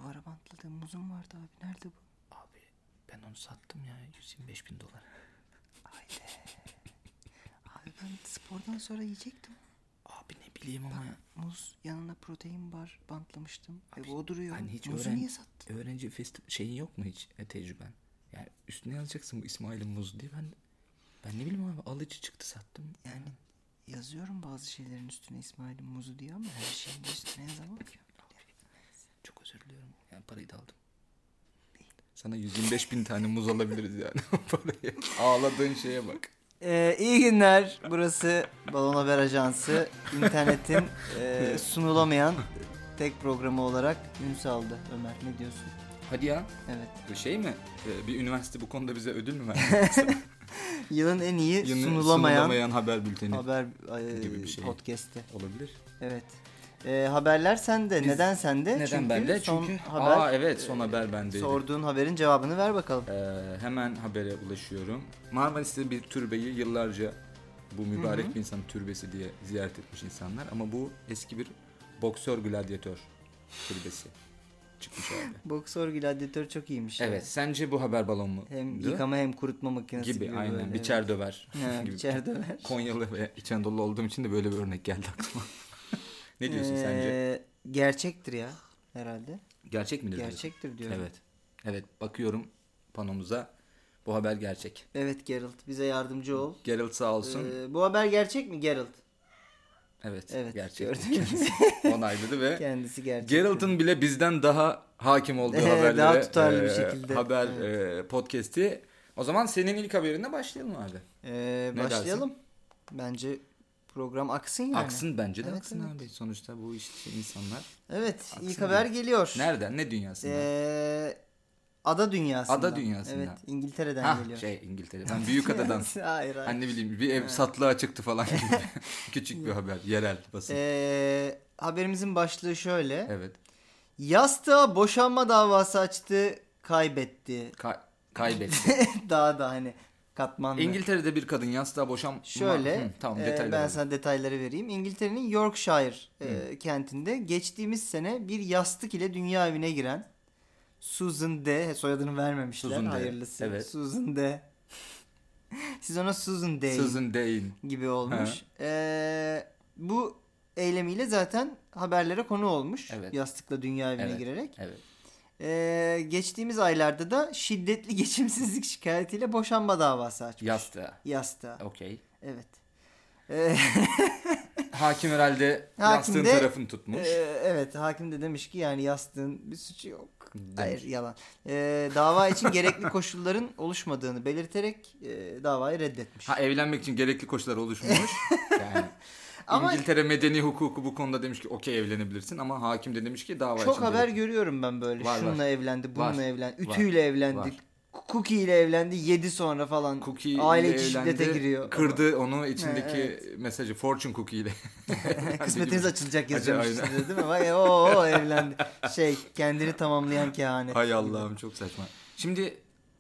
Duvara bantladığım muzum vardı abi. Nerede bu? Abi ben onu sattım ya, $125.000. Haydi. Abi ben spordan sonra yiyecektim. Abi ne bileyim ama ya. Muz yanına protein bar bantlamıştım. Abi, O duruyor. hani hiç Muzu niye sattın? öğrenci şeyin yok mu hiç tecrüben? Yani üstüne yazacaksın bu İsmail'in muzu diye. Ben ne bileyim abi, alıcı çıktı sattım. Yani yazıyorum bazı şeylerin üstüne İsmail'in muzu diye ama her şeyin üstüne yazamam ki. Çok özür diliyorum. Yani parayı da aldım. Sana 125.000 tane muz alabiliriz yani. Parayı. Ağladığın şeye bak. İyi günler. Burası Balon Haber Ajansı. İnternetin sunulamayan tek programı olarak ün saldı. Ömer ne diyorsun? Hadi ya. Evet. Şey mi? Bir üniversite bu konuda bize ödül mü verdi? Yılın en iyi sunulamayan haber bülteni haber gibi bir şey. podcast'i. Olabilir. Evet. Haberler sende. Neden sende? Neden bende? Çünkü haber, evet, son haber bendeydi. Sorduğun haberin cevabını ver bakalım. Hemen habere ulaşıyorum. Marmaris'te bir türbeyi yıllarca bu mübarek bir insanın türbesi diye ziyaret etmiş insanlar. Ama bu eski bir boksör gladyatör türbesi çıkmış abi. Boksör gladyatör çok iyiymiş. Evet. Ya. Sence bu haber balon mu? Hem yıkama hem kurutma makinesi gibi. Aynen. Böyle. Biçer döver. Gibi. Biçer döver. Konyalı ve İç Anadolu olduğum için de böyle bir örnek geldi aklıma. Ne diyorsun sence? Gerçektir ya herhalde. Gerçek midir? Gerçektir diyorum. Evet. Evet, bakıyorum panomuza. Bu haber gerçek. Evet Geralt, bize yardımcı ol. Geralt sağ olsun. Bu haber gerçek mi Geralt? Evet gerçek. Gördüğünüz onayladı ve kendisi gerçek. Geralt'ın bile bizden daha hakim olduğu haberlere daha tutarlı bir şekilde. Haber podcast'i. O zaman senin ilk haberine başlayalım abi. Başlayalım. Bence program aksın yani. Aksın, bence de evet, aksın evet. abi. Sonuçta bu işte insanlar. Evet, aksın ilk haber diye. geliyor. Nereden? Ne dünyasından? Ada dünyasından. Ada dünyasından. Evet, İngiltere'den geliyor. İngiltere. Ben büyük adadan. hayır. Hani ne bileyim, bir ev satlığa çıktı falan gibi. Küçük bir haber. Yerel basın. Haberimizin başlığı şöyle. Evet. Yastığa boşanma davası açtı, kaybetti. Kaybetti. Daha da hani katmanlı. İngiltere'de bir kadın yastığa boşanma... Şöyle, tamam, detayları ben sana detayları vereyim. İngiltere'nin Yorkshire kentinde geçtiğimiz sene bir yastık ile dünya evine giren Susan D. Soyadını vermemişler. Susan D. Hayırlısı. Evet. Susan D. Siz ona Susan Dane gibi olmuş. Bu eylemiyle zaten haberlere konu olmuş. Evet. Yastıkla dünya evine girerek. Evet. Geçtiğimiz aylarda da şiddetli geçimsizlik şikayetiyle boşanma davası açmış. Yastığa. Okey. Evet. Hakim herhalde yastığın tarafını tutmuş. Evet, hakim de demiş ki yani yastığın bir suçu yok. Hayır, yalan. Dava için gerekli koşulların oluşmadığını belirterek davayı reddetmiş. Evlenmek için gerekli koşullar oluşmamış. Yani ama İngiltere medeni hukuku bu konuda demiş ki okey, evlenebilirsin, ama hakim de demiş ki dava için. Çok haber görüyorum ben böyle. Şununla evlendi, bununla evlendi, ütüyle evlendi. Cookie ile evlendi, yedi sonra falan. Cookie aile içi şiddete giriyor. Kırdı onu, içindeki mesajı Fortune Cookie ile. Kısmetiniz açılacak yazıyormuş işte, değil mi? Vay o evlendi. Kendini tamamlayan kehanet. Hay Allah'ım, çok saçma. Şimdi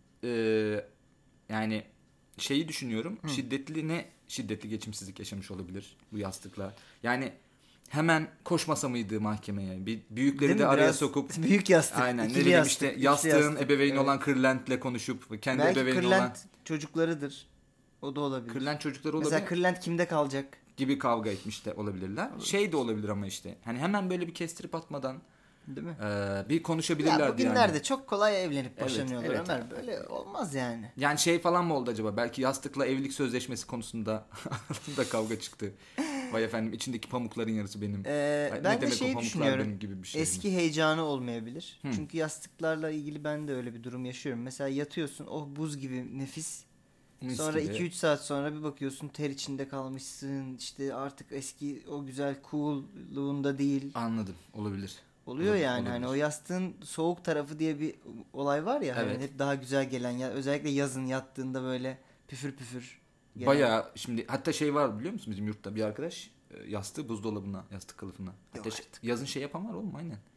yani şeyi düşünüyorum. Şiddetli geçimsizlik yaşamış olabilir bu yastıkla. Yani hemen koşmasa mıydı mahkemeye? Büyükleri de araya sokup. Büyük yastık. Aynen. Ne bileyim işte yastığın ebeveyni olan Kırlent'le konuşup kendi belki ebeveyni Kırlent olan. çocuklarıdır. O da olabilir. Kırlent çocukları olabilir. Mesela Kırlent kimde kalacak? Gibi kavga etmiş de olabilirler. Olabilir. De olabilir ama işte. Hani hemen böyle bir kestirip atmadan. Değil mi? Bir konuşabilirlerdi yani. Bugünlerde çok kolay evlenip boşanıyorlar Ömer. Böyle olmaz yani. Yani falan mı oldu acaba? Belki yastıkla evlilik sözleşmesi konusunda da kavga çıktı. Vay efendim, içindeki pamukların yarısı benim. Ben de düşünüyorum. Gibi bir şey eski heyecanı olmayabilir. Çünkü yastıklarla ilgili ben de öyle bir durum yaşıyorum. Mesela yatıyorsun, buz gibi nefis. Sonra 2-3 saat sonra bir bakıyorsun ter içinde kalmışsın. İşte artık eski o güzel cool'luğunda değil. Anladım. Olabilir. Oluyor yani. Olabilir. Hani o yastığın soğuk tarafı diye bir olay var ya. Evet. Hani hep daha güzel gelen. Özellikle yazın yattığında böyle püfür gelen. Bayağı şimdi hatta var biliyor musun, bizim yurtta bir arkadaş yastığı buzdolabına, yastık kılıfına. Hatta yazın yapan var oğlum, aynen.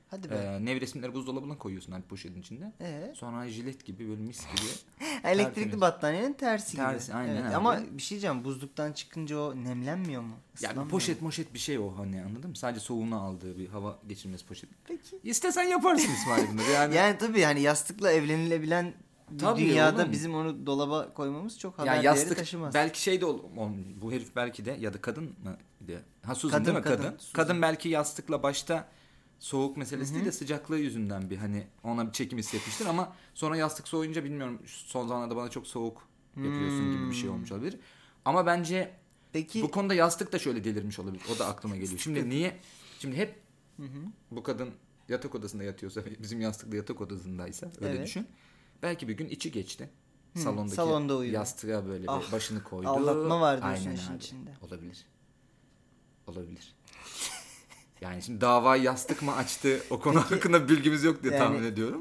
Hadi be. Nevresimleri buzdolabına koyuyorsun hani poşetin içinde. Sonra jilet gibi böyle mis gibi. Elektrikli tertemiz. battaniyenin tersi gibi. Tersi, aynen abi. Ama bir şey diyeceğim, buzluktan çıkınca o nemlenmiyor mu? Ya bir poşet bir şey o hani, anladın mı? Sadece soğuğunu aldığı bir hava geçirmesi poşet. Peki. İstesen yaparsın İsmail bunları yani. Yani tabii hani yastıkla evlenilebilen bir Tabii dünyada oğlum. bizim onu dolaba koymamız çok haber Ya değeri yastık taşımaz. belki şey de bu herif belki de, ya da kadın mı diye. Ha Susan Kadın, değil mi kadın, kadın? Susan. Kadın belki yastıkla başta soğuk meselesi değil de sıcaklığı yüzünden bir hani ona bir çekim hissetmiştir ama sonra yastık soğuyunca bilmiyorum, son zamanlarda bana çok soğuk yapıyorsun gibi bir şey olmuş olabilir. Ama bence Peki bu konuda yastık da şöyle delirmiş olabilir. O da aklıma geliyor. Şimdi niye? Şimdi hep bu kadın yatak odasında yatıyorsa, bizim yastıklı yatak odasındaysa öyle düşün. Belki bir gün içi geçti. salonda uyudu. Yastığa böyle başını koydu. Aldatma var diyorsun Aynen işin abi. içinde. Olabilir. Yani şimdi davayı yastık mı açtı, o konu hakkında bilgimiz yok diye tahmin ediyorum.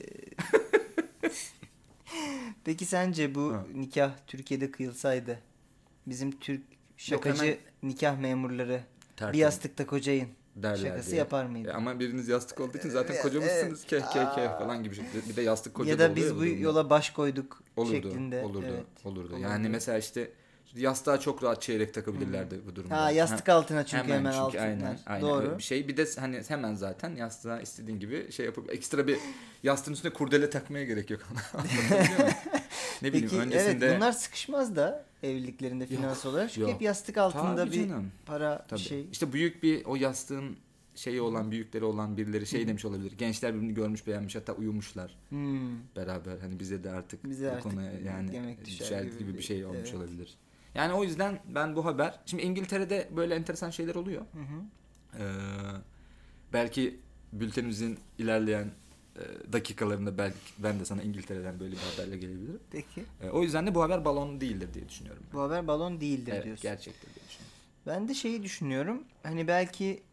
Peki sence bu nikah Türkiye'de kıyılsaydı, bizim Türk şakacı nikah memurları bir yastıkta kocayın şakası diye. yapar mıydı? Ama biriniz yastık olduğu için zaten kocamızsınız. Keh falan gibi. Bir de yastık koca ya da da biz bu yola baş koyduk şeklinde. Olurdu. Yani mesela işte yastığa çok rahat çeyrek takabilirlerdi bu durumda. Yastık altına çünkü hemen altına. Aynen. Doğru. Bir şey. Bir de hani hemen zaten yastığa istediğin gibi şey yapıp ekstra bir yastığın üstüne kurdele takmaya gerek yok. Ne bileyim, peki, öncesinde. Evet, bunlar sıkışmaz da evliliklerinde finans olarak. Çünkü hep yastık altında bir para bir şey. İşte büyük bir o yastığın şeyi olan, büyükleri olan birileri şey demiş olabilir. Gençler birbirini görmüş, beğenmiş, hatta uyumuşlar beraber. Hani bize de artık bu konuya yani düşer gibi bir şey olmuş olabilir. Yani o yüzden ben bu haber... Şimdi İngiltere'de böyle enteresan şeyler oluyor. Belki bültenimizin ilerleyen dakikalarında belki ben de sana İngiltere'den böyle bir haberle gelebilirim. Peki. O yüzden de bu haber balon değildir diye düşünüyorum. Bu haber balon değildir diyorsun. Evet, gerçektir diye düşünüyorum. Ben de şeyi düşünüyorum. Hani belki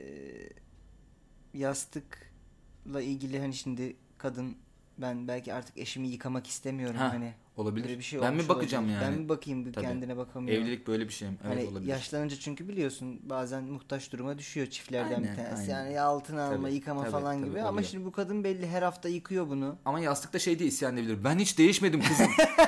yastıkla ilgili hani şimdi kadın, ben belki artık eşimi yıkamak istemiyorum hani. Olabilir. Böyle bir şey ben mi bakacağım olabilir. yani? Ben mi bakayım, kendine bakamıyorum. Evlilik böyle bir şey mi? Evet, hani olabilir. yaşlanınca çünkü biliyorsun bazen muhtaç duruma düşüyor çiftlerden bir tanesi. Yani ya altına alma, yıkama falan gibi. Oluyor. Ama şimdi bu kadın belli her hafta yıkıyor bunu. Ama yastıkta şey diye isyan edebilir. Ben hiç değişmedim kızım.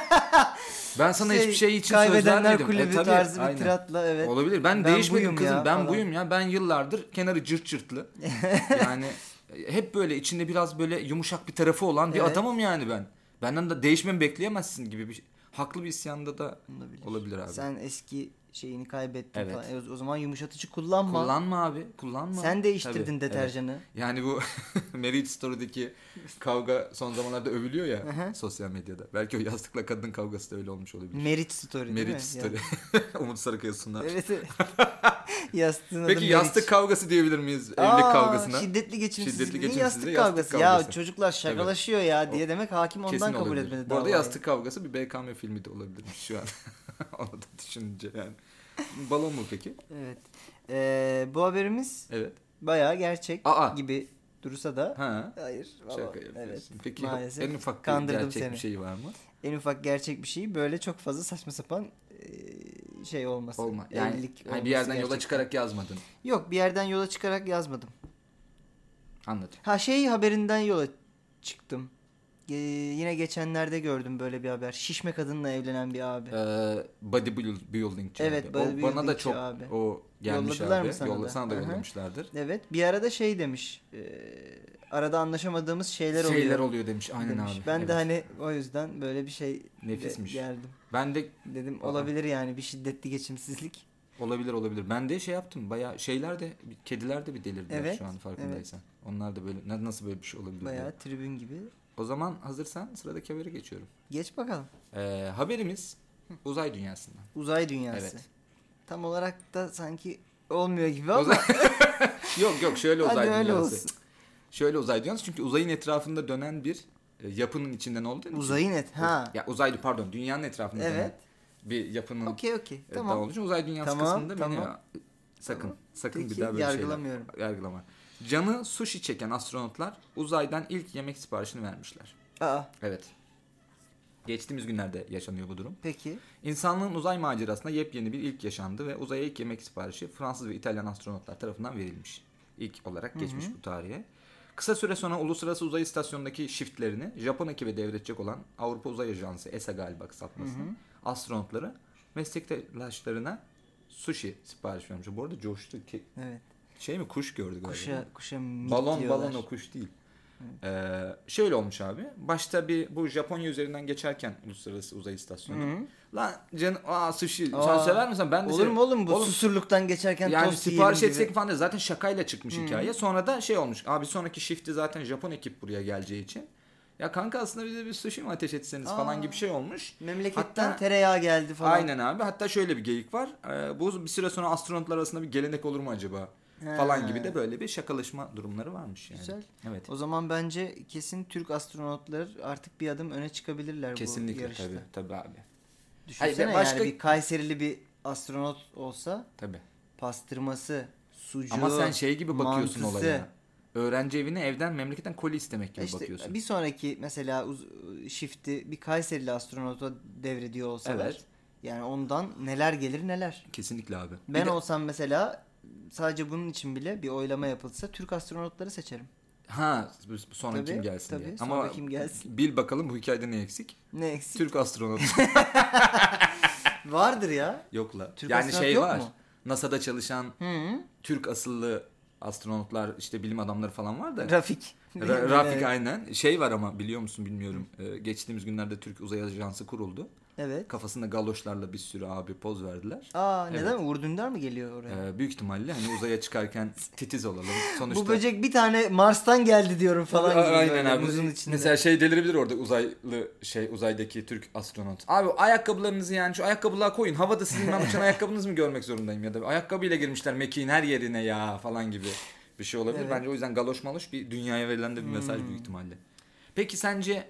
Ben sana hiçbir şey için söz kaybedenler vermedim. kulübü tarzı bir tiratla evet. Olabilir. Ben değişmedim kızım. Ben falan. buyum ya. Ben yıllardır kenarı cırt cırtlı. Yani hep böyle içinde biraz böyle yumuşak bir tarafı olan bir adamım yani ben. Benden de değişmemi bekleyemezsin gibi bir haklı bir isyanda da olabilir abi. Sen eski şeyini kaybettin falan. O zaman yumuşatıcı kullanma. Kullanma abi. Kullanma. Sen değiştirdin deterjanı. Evet. Yani bu Marriage Story'deki kavga son zamanlarda övülüyor ya sosyal medyada. Belki o yastıkla kadın kavgası da öyle olmuş olabilir. Marriage Story değil Marriage mi? Story. Umut Sarıkaya sunar. Evet. Yastığın Peki yastık kavgası diyebilir miyiz evlilik kavgasına? Şiddetli geçimsizliğin yastık yastık kavgası. Ya çocuklar şakalaşıyor ya diye demek hakim ondan kabul olabilir. etmedi. Bu arada yastık kavgası bir BKM filmi de olabilirmiş şu an. Onu da düşününce yani. Balon mu peki? Evet. Bu haberimiz bayağı gerçek gibi dursa da hayır. Şaka evet. Peki maalesef en ufak bir gerçek bir şey var mı? En ufak gerçek bir şey böyle çok fazla saçma sapan şey olması. Yani evlilik bir yerden yola çıkarak yazmadın. Yok, bir yerden yola çıkarak yazmadım. Anladım. Haberinden yola çıktım. Yine geçenlerde gördüm böyle bir haber. Şişme kadınla evlenen bir abi. Bodybuilding evet, o bana da çok abi. O gelmiş yolladılar abi. Mı sana sana da yollamışlardır. Evet, bir arada şey demiş. Arada anlaşamadığımız şeyler oluyor demiş. Aynen demiş. abi. Ben de hani o yüzden böyle bir şey nefismiş. geldim. Ben de dedim olabilir yani bir şiddetli geçimsizlik. Olabilir. Ben de şey yaptım. Bayağı şeyler de, kediler de bir delirdiler şu an farkındaysan. Evet. Onlar da böyle nasıl böyle bir şey olabilir? Bayağı tribün gibi. O zaman hazırsan sıradaki habere geçiyorum. Geç bakalım. Haberimiz uzay dünyasından. Uzay dünyası. Evet. Tam olarak da sanki olmuyor gibi ama. Yok şöyle uzay dünyası. Öyle olsun. Şöyle uzay dünyası çünkü uzayın etrafında dönen bir yapının içinden olduğu için. Uzayın dünyanın etrafında dönen bir yapının Okey. Tamam. olduğu için uzay dünyası kısmında beni sakın Peki, bir daha böyle yargılamıyorum. Yargılama. Canı sushi çeken astronotlar uzaydan ilk yemek siparişini vermişler. Evet. Geçtiğimiz günlerde yaşanıyor bu durum. Peki. İnsanlığın uzay macerasında yepyeni bir ilk yaşandı ve uzaya ilk yemek siparişi Fransız ve İtalyan astronotlar tarafından verilmiş. İlk olarak geçmiş bu tarihe. Kısa süre sonra Uluslararası Uzay İstasyonu'ndaki shiftlerini Japon ekibe devredecek olan Avrupa Uzay Ajansı ESA galiba kısaltması astronotları meslektaşlarına sushi sipariş vermiş. Bu arada coştu ki. Evet. Şey mi, kuş gördü galiba. Kuşa balon o kuş değil. Şöyle olmuş abi. Başta bu Japonya üzerinden geçerken Uluslararası Uzay İstasyonu. Lan sushi sen sever misin? Ben de olur mu oğlum bu Susurluk'tan geçerken yani tost sipariş etsek gibi. falan da zaten şakayla çıkmış hikaye. Sonra da şey olmuş. Abi sonraki shift'i zaten Japon ekip buraya geleceği için. Ya kanka aslında bize bir sushi mi ateş etseniz falan gibi şey olmuş. Memleketten tereyağı geldi falan. Aynen abi. Hatta şöyle bir geyik var. Bu bir süre sonra astronotlar arasında bir gelenek olur mu acaba? Falan gibi de böyle bir şakalaşma durumları varmış yani. Güzel. Evet. O zaman bence kesin Türk astronotlar artık bir adım öne çıkabilirler bu yarışta. Tabii abi. Düşünsene başka... yani bir Kayserili bir astronot olsa. Tabii. Pastırması, sucuğu, ama sen şey gibi bakıyorsun mantısı. olaya. Öğrenci evine evden memleketten koli istemek gibi işte bakıyorsun. Bir sonraki mesela shift'i bir Kayserili astronota devrediyor olsalar. Evet. Yani ondan neler gelir neler. Kesinlikle abi. Ben olsam mesela sadece bunun için bile bir oylama yapılsa Türk astronotları seçerim. Sonra kim gelsin diye. Ama kim gelsin? Bil bakalım bu hikayede ne eksik? Ne eksik? Türk astronot. Vardır ya. Yok la. Türk yani şey var. Mu? NASA'da çalışan Türk asıllı astronotlar, işte bilim adamları falan var da. Rafik. Rafik aynen. Şey var ama biliyor musun bilmiyorum. Geçtiğimiz günlerde Türk Uzay Ajansı kuruldu. Evet. Kafasında galoşlarla bir sürü abi poz verdiler. Neden? Uğur Dündar mı geliyor oraya? Büyük ihtimalle hani uzaya çıkarken titiz olalım. Sonuçta... Bu böcek bir tane Mars'tan geldi diyorum falan gibi. Aynen abi. Muzun içinde. Mesela şey delirebilir orada uzaydaki Türk astronot. Abi ayakkabılarınızı yani şu ayakkabılığa koyun. Havada sizin ben uçan ayakkabınızı mı görmek zorundayım ya da ayakkabıyla girmişler mekiğin her yerine ya falan gibi bir şey olabilir. Evet. Bence o yüzden galoş maloş bir dünyaya verilen de bir mesaj büyük ihtimalle. Peki sence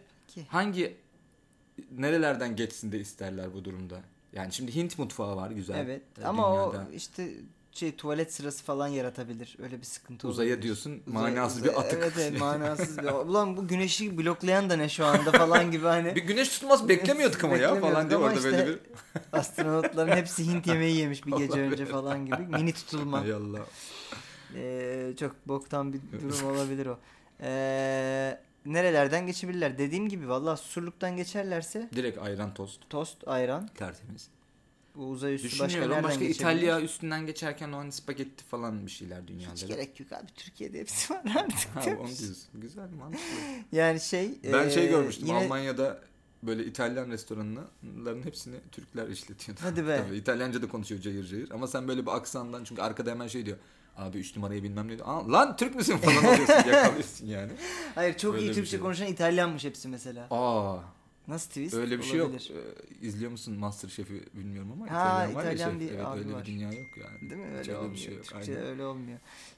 nerelerden geçsin de isterler bu durumda? Yani şimdi Hint mutfağı var güzel. Evet ama dünyada. O işte tuvalet sırası falan yaratabilir. Öyle bir sıkıntı olabilir. Uzaya diyorsun manasız bir atık. Evet manasız bir. Ulan bu güneşi bloklayan da ne şu anda falan gibi hani. Bir güneş tutması beklemiyorduk ama ya falan diye orada işte böyle bir. Astronotların hepsi Hint yemeği yemiş bir gece önce falan gibi. Mini tutulma. Hay Allah. Çok boktan bir durum olabilir o. Nerelerden geçebilirler? Dediğim gibi vallahi Susurluk'tan geçerlerse. Direkt ayran tost. Tost ayran. Tertemiz. Bu uzay üstü başka nereden başka İtalya üstünden geçerken o hani spagetti falan bir şeyler dünyada. Hiç gerek yok abi. Türkiye'de hepsi var artık. Onu diyorsun. Güzel mantıklı. Yani ben görmüştüm yine... Almanya'da böyle İtalyan restoranların hepsini Türkler işletiyordu. Hadi be. Tabii İtalyanca da konuşuyor cayır cayır ama sen böyle bir aksandan çünkü arkada hemen şey diyor. Abi 3 numarayı bilmem ne diyor. Lan Türk müsün falan oluyorsun yakalıyorsun yani. Hayır çok böyle iyi Türkçe konuşan İtalyanmış hepsi mesela. Nasıl twist? Öyle bir olabilir. Şey yok. İzliyor musun Masterchef'i bilmiyorum ama İtalyan bir evet, abi öyle var. bir dünya yok yani. Değil mi? Öyle olmuyor. Bir şey yok. Türkçe aynen. öyle olmuyor.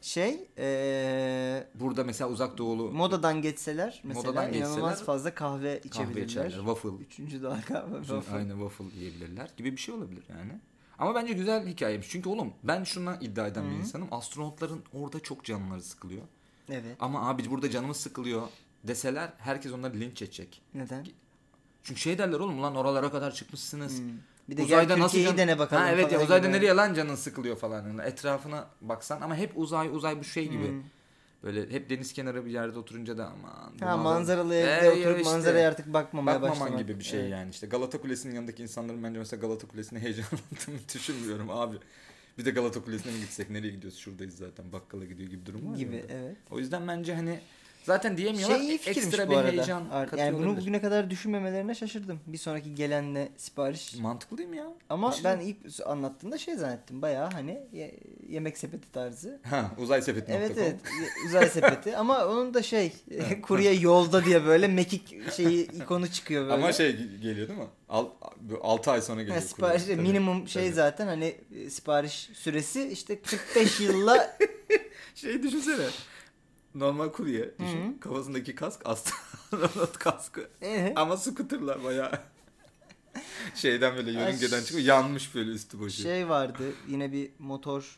Burada mesela uzak doğulu modadan geçseler mesela inanılmaz fazla kahve içebilirler. Waffle. 3. daha kahve. Waffle. Aynen waffle yiyebilirler gibi bir şey olabilir yani. Ama bence güzel hikayeymiş. Çünkü oğlum ben şuna iddia eden bir insanım. Astronotların orada çok canları sıkılıyor. Evet. Ama abi burada canımız sıkılıyor deseler herkes onları linç edecek. Neden? Çünkü şey derler oğlum lan oralara kadar çıkmışsınız. Bir de uzayda nasıl dene bakalım. Evet ya uzayda nereye lan canın sıkılıyor falan. Yani etrafına baksan ama hep uzay bu şey gibi. Böyle hep deniz kenarı bir yerde oturunca da aman. Manzaralı evde oturup işte, manzaraya artık bakmaman başlamak. Gibi bir şey yani işte. Galata Kulesi'nin yanındaki insanların bence mesela Galata Kulesi'ne heyecanlandığını düşünmüyorum abi. Bir de Galata Kulesi'ne mi gitsek? Nereye gidiyoruz? Şuradayız zaten. Bakkala gidiyor gibi durum var gibi evet. O yüzden bence hani zaten diyemiyorlar. Ekstra bir heyecan katıyor. Yani bunu bugüne kadar düşünmemelerine şaşırdım. Bir sonraki gelenle sipariş. Mantıklı değil mi ya? Ama ben ilk anlattığımda zannettim. Bayağı hani yemek sepeti tarzı. Uzaysepeti.com. Evet uzay sepeti. Ama onun da kurye yolda diye böyle mekik ikonu çıkıyor böyle. Ama geliyor değil mi? 6 ay sonra geliyor. Sipariş minimum zaten hani sipariş süresi işte 45 yılla düşünsene. Normal kurye düşün. Kafasındaki kask astronot kaskı. Ama scooterlar bayağı şeyden böyle yörüngeden çıkıyor. Yanmış böyle üstü başı. Vardı yine bir motor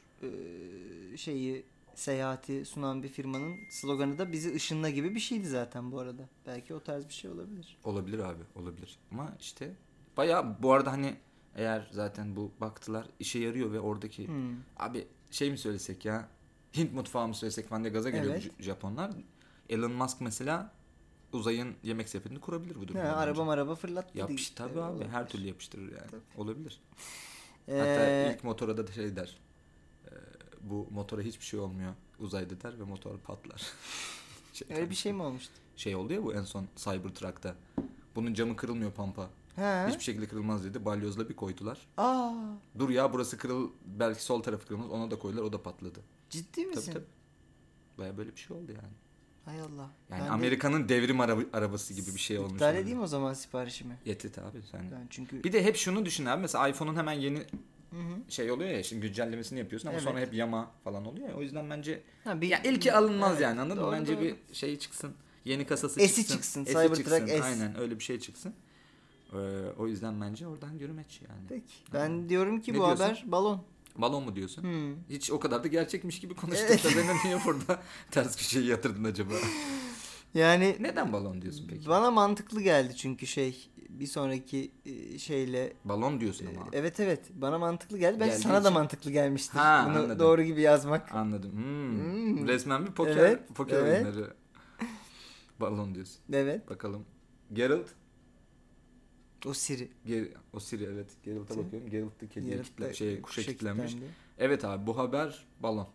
seyahati sunan bir firmanın sloganı da bizi ışınla gibi bir şeydi zaten bu arada. Belki o tarz bir şey olabilir. Olabilir abi olabilir. Ama işte bayağı bu arada hani eğer zaten bu baktılar işe yarıyor ve oradaki abi mi söylesek ya Hint mutfağı mı söylesek falan diye gaza geliyor Japonlar. Elon Musk mesela uzayın yemek sepetini kurabilir bu durumda. Araba fırlattı. Yapış tabii abi. Her türlü yapıştırır yani. Tabii. Olabilir. Ee, Hatta ilk motora da şey der. Bu motora hiçbir şey olmuyor uzayda der ve motor patlar. Öyle bir şey mi olmuştu? Şey oldu ya bu en son Cybertruck'ta. Bunun camı kırılmıyor pampa. He. Hiçbir şekilde kırılmaz dedi. Balyozla bir koydular. Aa. Dur ya burası belki sol tarafı kırılmaz. Ona da koydular o da patladı. Ciddi misin? Tabii. Baya böyle bir şey oldu yani. Hay Allah. Yani ben Amerika'nın devrim arabası gibi bir şey olmuş. İptal edeyim o zaman siparişimi. Yetit abi sen. Ben çünkü... Bir de hep şunu düşün abi. Mesela iPhone'un hemen yeni Hı-hı. şey oluyor ya. Şimdi güncellemesini yapıyorsun ama sonra hep yama falan oluyor ya. O yüzden bence ya ilki alınmaz yani anladın mı? Bence bir şey çıksın. Yeni kasası çıksın. Cybertruck S. Aynen öyle bir şey çıksın. O yüzden bence oradan yürümeç yani. Peki. Ben diyorum ki ne bu diyorsun? haber balon. Balon mu diyorsun? Hiç o kadar da gerçekmiş gibi konuştuk da ben niye burada ters bir şey yatırdın acaba? Yani neden balon diyorsun peki? Bana mantıklı geldi çünkü bir sonraki şeyle. Balon diyorsun ama. Evet. Bana mantıklı geldi. Belki sana da mantıklı gelmiştir. Bunu anladım. Doğru gibi yazmak. Anladım. Resmen bir poker oyunları. Balon diyorsun. Evet. Bakalım. Geralt. O Siri. O Siri evet. Geralt'a bakıyorum. Geralt da kediye kuşa kilitlenmiş. Evet abi bu haber balon.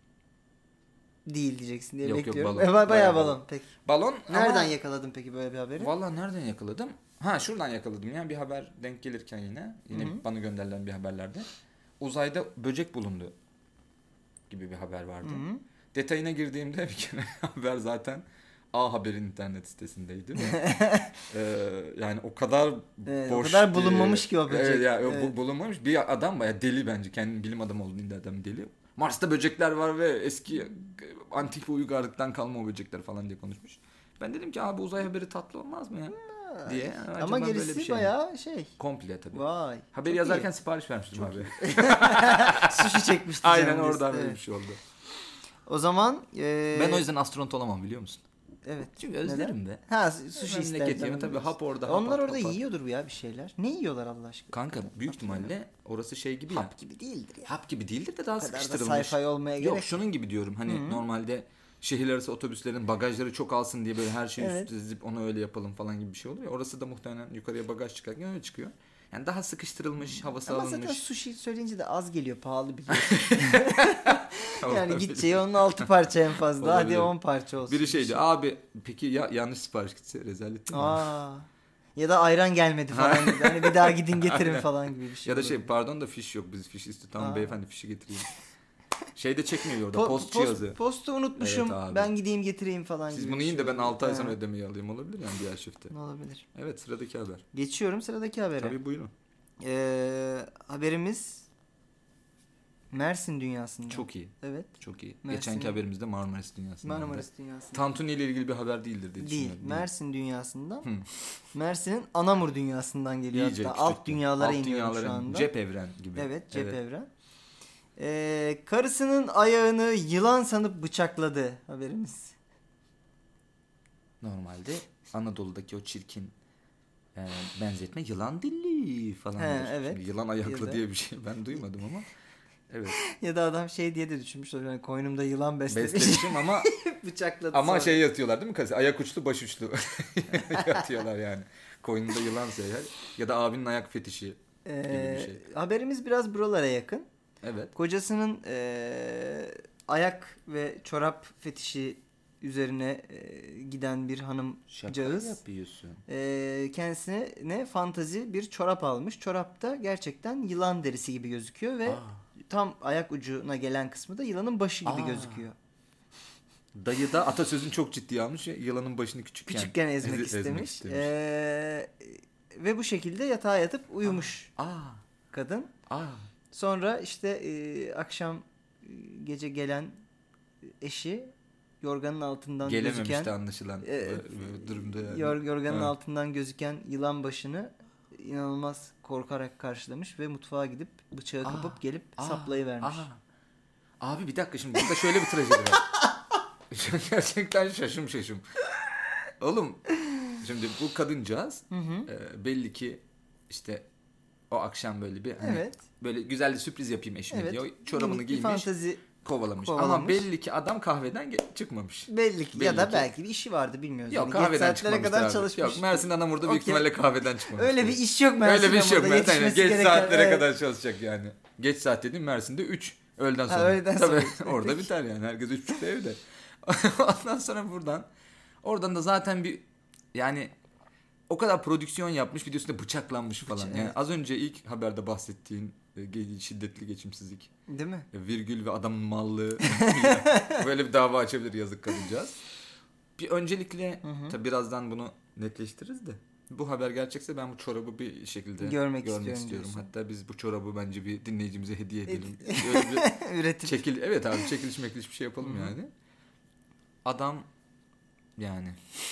Değil diyeceksin diye yok, bekliyorum. Yok balon. Bayağı balon. Peki. Balon nereden yakaladın peki böyle bir haberi? Valla nereden yakaladım? Şuradan yakaladım ya bir haber denk gelirken yine Hı-hı. bana gönderilen bir haberlerde. Uzayda böcek bulundu gibi bir haber vardı. Hı-hı. Detayına girdiğimde bir kere haber zaten A Haber'in internet sitesindeydi. Yani o kadar boş. O kadar bulunmamış ki o böcek. Bulunmamış. Bir adam bayağı deli bence. Kendinin bilim adamı olduğunu iddia eden deli. Mars'ta böcekler var ve eski antik bir uygarlıktan kalma o böcekler falan diye konuşmuş. Ben dedim ki abi uzay haberi tatlı olmaz mı ya? Diye. Ama gerisi şey bayağı komple tabii. Vay. Haberi yazarken sipariş vermiştim abi. Sushi çekmiştim. Aynen oradan böyle bir şey oldu. O zaman ben o yüzden astronot olamam biliyor musun? Evet. Çünkü özlerim de. Sushi isterdim. Tabii hap orada. Onlar orada yiyordur ya bir şeyler. Ne yiyorlar Allah aşkına? Kanka büyük ihtimalle orası şey gibi ya. Hap gibi değildir ya. Hap gibi değildir de daha sıkıştırılmış. O kadar da sci-fi olmaya gerek. Yok şunun gibi diyorum. Hani normalde şehir arası otobüslerin bagajları çok alsın diye böyle her şeyi üstüne dizip onu öyle yapalım falan gibi bir şey oluyor ya. Orası da muhtemelen yukarıya bagaj çıkarken öyle çıkıyor. Yani daha sıkıştırılmış, havası alınmış. Ama zaten sushi söyleyince de az geliyor, pahalı biliyorsun. Yani gideceği onun 6 parça en fazla. Hadi 10 parça olsun. Biri şeydi abi peki ya yanlış sipariş gitse rezalet değil mi? Ya da ayran gelmedi falan gibi. Hani bir daha gidin getirin falan gibi bir şey. Ya da pardon da fiş yok biz fiş istiyoruz. Tamam beyefendi fişi getireyim. Şeyde çekmiyor orada post cihazı. Postu unutmuşum ben gideyim getireyim falan gibi. Siz bunu yiyin de ben 6 ay sonra ödemeyi alayım olabilir yani diğer şifte. Olabilir. Evet sıradaki haber. Geçiyorum sıradaki habere. Tabii buyurun. Haberimiz Mersin dünyasında. Çok iyi. Evet. Çok iyi. Geçenki haberimizde Marmaris dünyasında. Marmaris dünyasında. Tantuni ile ilgili bir haber değildir diye düşünüyorum. Değil. Mersin dünyasından. Mersin'in Anamur dünyasından geliyor İyice hatta. Alt dünyalara iniyorum şu anda. Cep evren gibi. Evet cep evren. Karısının ayağını yılan sanıp bıçakladı haberimiz. Normalde Anadolu'daki o çirkin benzetme yılan dilli falan. Evet. Şimdi yılan ayaklı diye bir şey ben duymadım ama. Evet. Ya da adam diye de düşünmüş. Yani koynumda yılan beslemişim ama bıçakladı ama sonra. Yatıyorlar değil mi? Ayak uçlu baş uçlu yatıyorlar yani. Koynunda yılansa ya da abinin ayak fetişi gibi bir şey. Haberimiz biraz buralara yakın. Evet. Kocasının ayak ve çorap fetişi üzerine giden bir hanımcağız. Şaka yapıyorsun. Kendisine fantazi bir çorap almış. Çorapta gerçekten yılan derisi gibi gözüküyor ve tam ayak ucuna gelen kısmı da yılanın başı gibi gözüküyor. Dayı da atasözünü çok ciddiye almış. Yılanın başını küçükken ezmek istemiş. Ve bu şekilde yatağa yatıp uyumuş kadın. Sonra akşam gece gelen eşi yorganın altından gelememişti anlaşılan durumda yani. Yorganın altından gözüken yılan başını inanılmaz korkarak karşılamış ve mutfağa gidip bıçağı kapıp gelip saplayıvermiş. Abi bir dakika şimdi burada şöyle bir trajedi var. Gerçekten şaşım. Oğlum şimdi bu kadıncağız belli ki o akşam böyle bir böyle güzel bir sürpriz yapayım eşime diye çorabını giymiş. Fantezi kovalamış. Kovalamış. Ama belli ki adam kahveden çıkmamış. Belli ki. Belli ya da ki. belki bir işi vardı bilmiyoruz. Yok Yani kahveden geç saatlere çıkmamış kadar abi. çalışmış. Yok Mersin adam burada büyük Okey. ihtimalle kahveden çıkmamış. Öyle bir iş yok Mersin'de. Öyle bir iş yok burada. Mersin'de. Yetişmesi Geç gereken, saatlere evet. kadar çalışacak yani. Geç saat dediğim Mersin'de 3. Öğleden sonra. öğleden Tabii sonra. orada Peki. biter yani. Herkes 3.30'da evde. Ondan sonra oradan da zaten bir yani o kadar prodüksiyon yapmış, videosunda bıçaklanmış falan. Yani evet. az önce ilk haberde bahsettiğin şiddetli geçimsizlik, Değil mi? virgül ve adamın mallığı böyle bir dava açabilir, yazık kadıncağız. Bir öncelikle tabii birazdan bunu netleştiririz de bu haber gerçekse ben bu çorabı bir şekilde görmek istiyorum. diyorsun. Hatta biz bu çorabı bence bir dinleyicimize hediye edelim. Öyle bir Üretip. evet abi çekiliş bir şey yapalım yani. Adam yani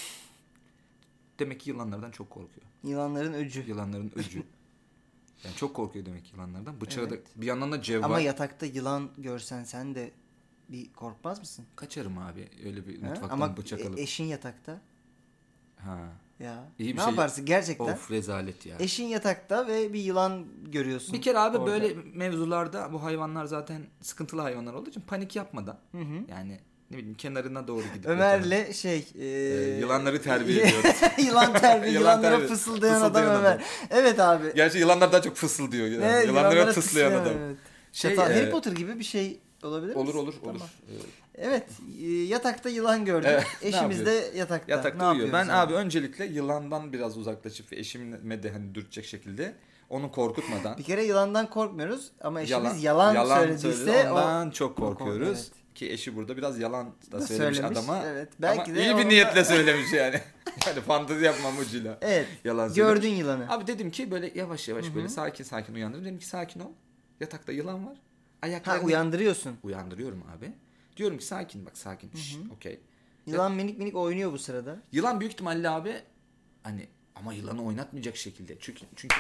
demek ki yılanlardan çok korkuyor. Yılanların öcü. Yılanların öcü. Yani çok korkuyor demek ki yılanlardan. Bıçağı Evet. da bir yandan da cevval. Ama yatakta yılan görsen sen de bir korkmaz mısın? Kaçarım abi öyle bir Ha? mutfaktan Ama bıçak alıp. eşin yatakta. Ha. Ya. İyi bir ne şey. yaparsın gerçekten? Of rezalet ya. Eşin yatakta ve bir yılan görüyorsun. Bir kere abi orada. böyle mevzularda bu hayvanlar zaten sıkıntılı hayvanlar olduğu için panik yapmadan yani ne bileyim kenarına doğru gidip Ömer'le yılanları terbiye ediyoruz. Yılan terbiye, Yılan yılanlara terbiye. fısıldayan adam Fısıldayan Ömer. adam. Evet abi. Gerçi yılanlar daha çok fısıldıyor. Yani. Evet, Yılanlara tıslayan adam. Evet. Harry Potter gibi bir şey olabilir mi? Olur. Tamam. Evet, yatakta yılan gördük. Evet, Eşimiz de yatakta. Yatakta uyuyor. Ben yapıyoruz abi öncelikle yılandan biraz uzaklaşıp ve eşime de hani dürtecek şekilde onu korkutmadan. Bir kere yılandan korkmuyoruz ama eşimiz yalan söylediyse söyledi, ondan çok korkuyoruz. Evet. Ki eşi burada biraz yalan da söylemiş adama. Evet. Belki ama de iyi bir onun niyetle da... söylemiş yani. Yani fantezi yapma amacıyla. Evet. Yalan Gördün söylemiş. yılanı. Abi dedim ki böyle yavaş böyle sakin uyandırdım. Dedim ki sakin ol. Yatakta yılan var. Ayaklarını Uyandırıyorsun. uyandırıyorum abi. Diyorum ki sakin bak sakin. Okey. Yılan minik oynuyor bu sırada. Yılan büyük ihtimalle abi hani ama yılanı oynatmayacak şekilde. Çünkü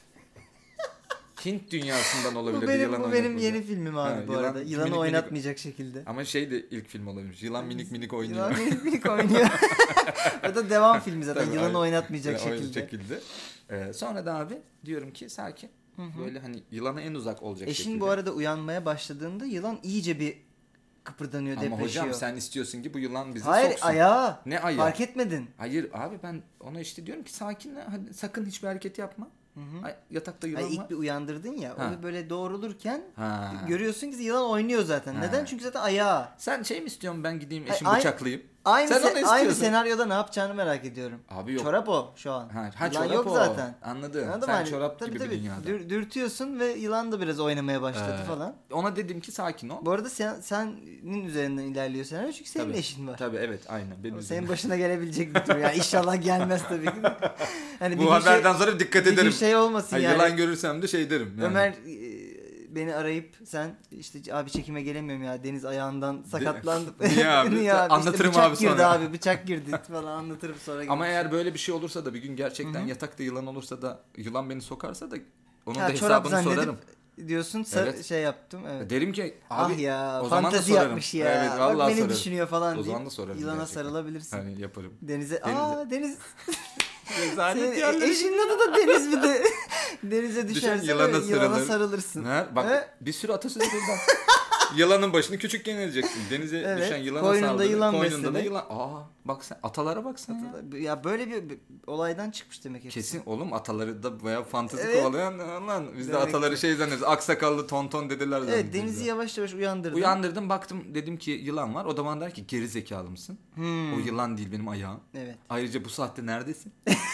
Hint dünyasından olabilir. Bu benim yeni filmim abi bu yılan arada. Yılanı minik oynatmayacak şekilde. Ama şey de ilk film olabilir. Yılan minik oynuyor. Yılan minik oynuyor. O da devam filmi zaten. Tabii, Yılanı aynen. oynatmayacak şekilde. Sonra da abi diyorum ki sakin. Böyle hani yılana en uzak olacak Eşin şekilde. bu arada uyanmaya başladığında yılan iyice bir kıpırdanıyor, Ama depreşiyor. hocam sen istiyorsun ki bu yılan bizi Hayır, soksun. ayağı. Ne ayağı? Fark etmedin. Hayır abi ben ona işte diyorum ki sakin hadi sakın hiçbir hareket yapma. Yatakta yılan Hayır, ilk var. bir uyandırdın ya. Ha. O böyle doğrulurken Ha. görüyorsun ki yılan oynuyor zaten. Ha. Neden? Çünkü zaten ayağı. Sen şey mi istiyorsun ben gideyim Hayır, eşimi bıçaklayayım? Aynı, Sen onu aynı istiyorsun. senaryoda ne yapacağını merak ediyorum. Abi yok. Çorap o şu an. Ha Yılan çorap yok o. zaten. Anladım. Anladın Sen mı? Hani, çorap tabii, gibi bir dünyada. Dürtüyorsun ve yılan da biraz oynamaya başladı falan. Ona dedim ki sakin ol. Bu arada senin üzerinden ilerliyor senaryo çünkü senin Tabii. eşin var. Tabii evet aynen. Benim Senin üzerine. başına gelebilecek bir durum. Yani inşallah gelmez tabii ki. Hani Bu haberden sonra dikkat bir ederim. gün şey olmasın Hayır, yani. yılan görürsem de şey derim. Yani. Ömer beni arayıp sen işte abi çekime gelemiyorum ya Deniz ayağından sakatlandı. Niye abi? Niye abi? Anlatırım bıçak abi girdi sonra. abi bıçak girdi falan anlatırım sonra. Ama eğer böyle bir şey olursa da bir gün gerçekten yatakta yılan olursa da yılan beni sokarsa da onun da çorap hesabını zannedip sorarım. diyorsun Evet. şey yaptım. Evet. Derim ki abi Ah ya o zaman da fantezi sorarım. yapmış ya. Evet, Bak vallahi beni sorarım. düşünüyor falan O zaman deyip da sorarım yılana gerçekten. sarılabilirsin. Hani yaparım. Denize Denize- Deniz Rezalet senin yerleri. eşinin adı da Deniz bir de denize Düşen düşerse yılana yılana sarılır. sarılırsın. Bak He? bir sürü atasözü buradan. Yılanın başını küçükken edeceksin. Denize Evet, düşen yılana koynunda saldırır. yılan Koynunda da beslemek. yılan. Bak sen atalara bak sen ya. Ya böyle bir olaydan çıkmış demek hepsi. Kesin oğlum ataları da bayağı fantezi Evet. kovalayan lan. Biz de Demek ataları ki. şey zannederiz. Aksakallı tonton dedeler zannederiz. Evet Deniz'i yavaş yavaş uyandırdım. Uyandırdım baktım dedim ki yılan var. O da bana der ki geri zekalı mısın? O yılan değil benim ayağım. Evet. Ayrıca bu saatte neredesin?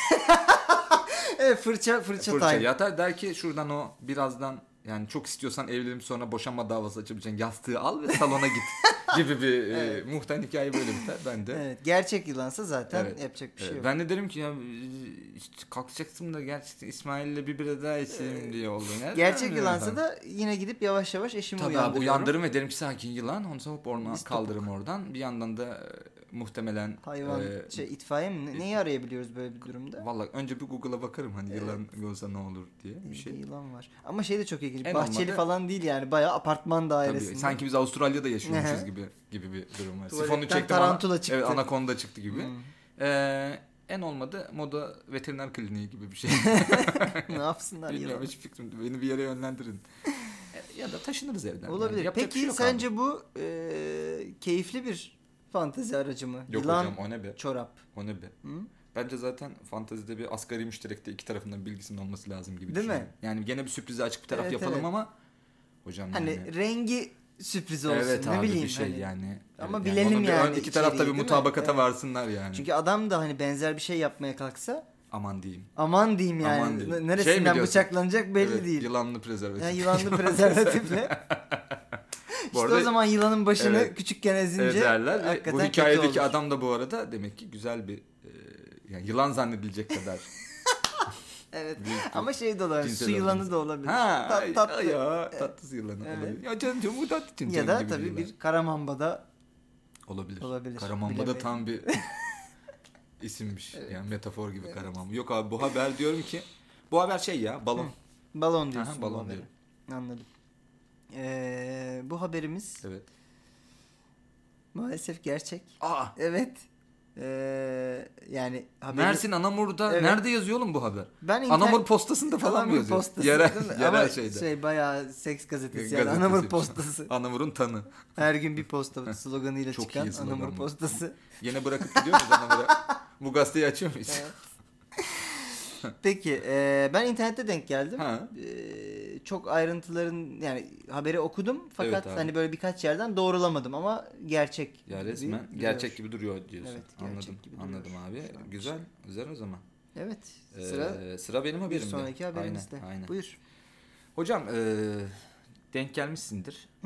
Evet fırça time. Yatar der ki şuradan o birazdan yani çok istiyorsan evlenip sonra boşanma davası açabileceğin yastığı al ve salona git gibi bir muhtemelen hikaye böyle biter. Ben de. Evet gerçek yılansa zaten Evet. yapacak bir şey yok. Ben de derim ki ya işte kalkacaksın da gerçekten İsmail'le bir bire daha içelim diye oldu. Gerçek yılansa da yine gidip yavaş yavaş eşimi tabii abi uyandırıyorum. uyandırırım ve derim ki sakin yılan. Ondan sonra hop oradan kaldırırım oradan. Bir yandan da muhtemelen Hayvan itfaiye mi? Neyi arayabiliyoruz böyle bir durumda? vallahi önce bir Google'a bakarım hani yılan olsa ne olur diye bir şey. Yılan var. Ama şey de çok ilginç. En Bahçeli olmadı- falan değil yani. Bayağı apartman dairesinde. Tabii, sanki biz Avustralya'da yaşıyormuşuz gibi bir durum var. Tuvaletten Sifonu çektim tarantula çıktı. Evet anakonda çıktı gibi. En olmadı moda veteriner kliniği gibi bir şey. Ne yapsınlar Bilmiyorum yılan? hiç fikrim. Beni bir yere yönlendirin. Ya da taşınırız evden. Olabilir. Yani yapacak bir Peki şey yok sence abi. bu keyifli bir fantezi aracı mı? Yok Yılan, hocam, o ne be? çorap. O ne be? Hı? Bence zaten fantezide bir asgari müşterekte iki tarafından bilgisinin olması lazım gibi Değil mi? düşünüyorum. Yani gene bir sürprize açık bir taraf Evet, yapalım evet. ama hocam Hani yani. rengi sürpriz olsun, Evet ne abi, bileyim bir şey hani. yani. Ama Evet, bilelim onun bir yani iki tarafta bir içeriği, değil mi? mutabakata Evet. varsınlar yani. Çünkü adam da hani benzer bir şey yapmaya kalksa Aman diyeyim. aman diyeyim yani. Aman diyeyim. Neresinden Şey mi diyorsun? bıçaklanacak belli Evet, değil. yılanlı prezervatif. Yani yılanlı prezervatifle. Bu İşte arada, o zaman yılanın başını evet, küçükken ezince ezerler ve hakikaten bu kötü hikayedeki olur. adam da bu arada demek ki güzel bir yani yılan zannedilecek kadar. Evet. Büyük bir Ama şey de olabilir. cinsel Su yılanı organı. da olabilir. Ha, Tatlı. ya tatlı yılanı Evet. olabilir. Ya canım bu tatlı Ya da gibi tabii yılan. bir karamambada Olabilir. olabilir. Karamamba da Bilemedim. tam bir isimmiş. Evet. Yani metafor gibi Evet. karamamba. Yok abi, bu haber diyorum ki bu haber şey ya, balon. balon diyorsun. Aha, balon bu habere. diyorum. Anladım. Bu haberimiz Evet. maalesef gerçek. Aa, Evet. Yani haberi... Mersin Anamur'da Evet. nerede yazıyor oğlum bu haber? Ben Anamur postasında falan mı Anamur yazıyor? postası, Yerel, değil mi? yerel Ama şeyde. şey bayağı seks gazetesi yani. Gazetesi. Anamur postası. Anamur'un tanı. Her gün bir posta sloganıyla Çok çıkan iyi slogan Anamur bu. postası. Yine bırakıp gidiyor muyuz Anamur'a? Bu gazeteyi açıyor muyuz? Evet. Peki ben internette denk geldim. Ha. Çok ayrıntıların yani haberi okudum fakat Evet abi. hani böyle birkaç yerden doğrulamadım ama gerçek. Ya gibi resmen duruyor. gerçek gibi duruyor diyorsun. Evet, gerçek Anladım. gibi duruyor. Anladım abi. Şu an Güzel. Güzel o zaman. Evet. Sıra benim Bir haberimde. sonraki haberimizde. Aynen, aynen. Buyur. Hocam denk gelmişsindir. Hı.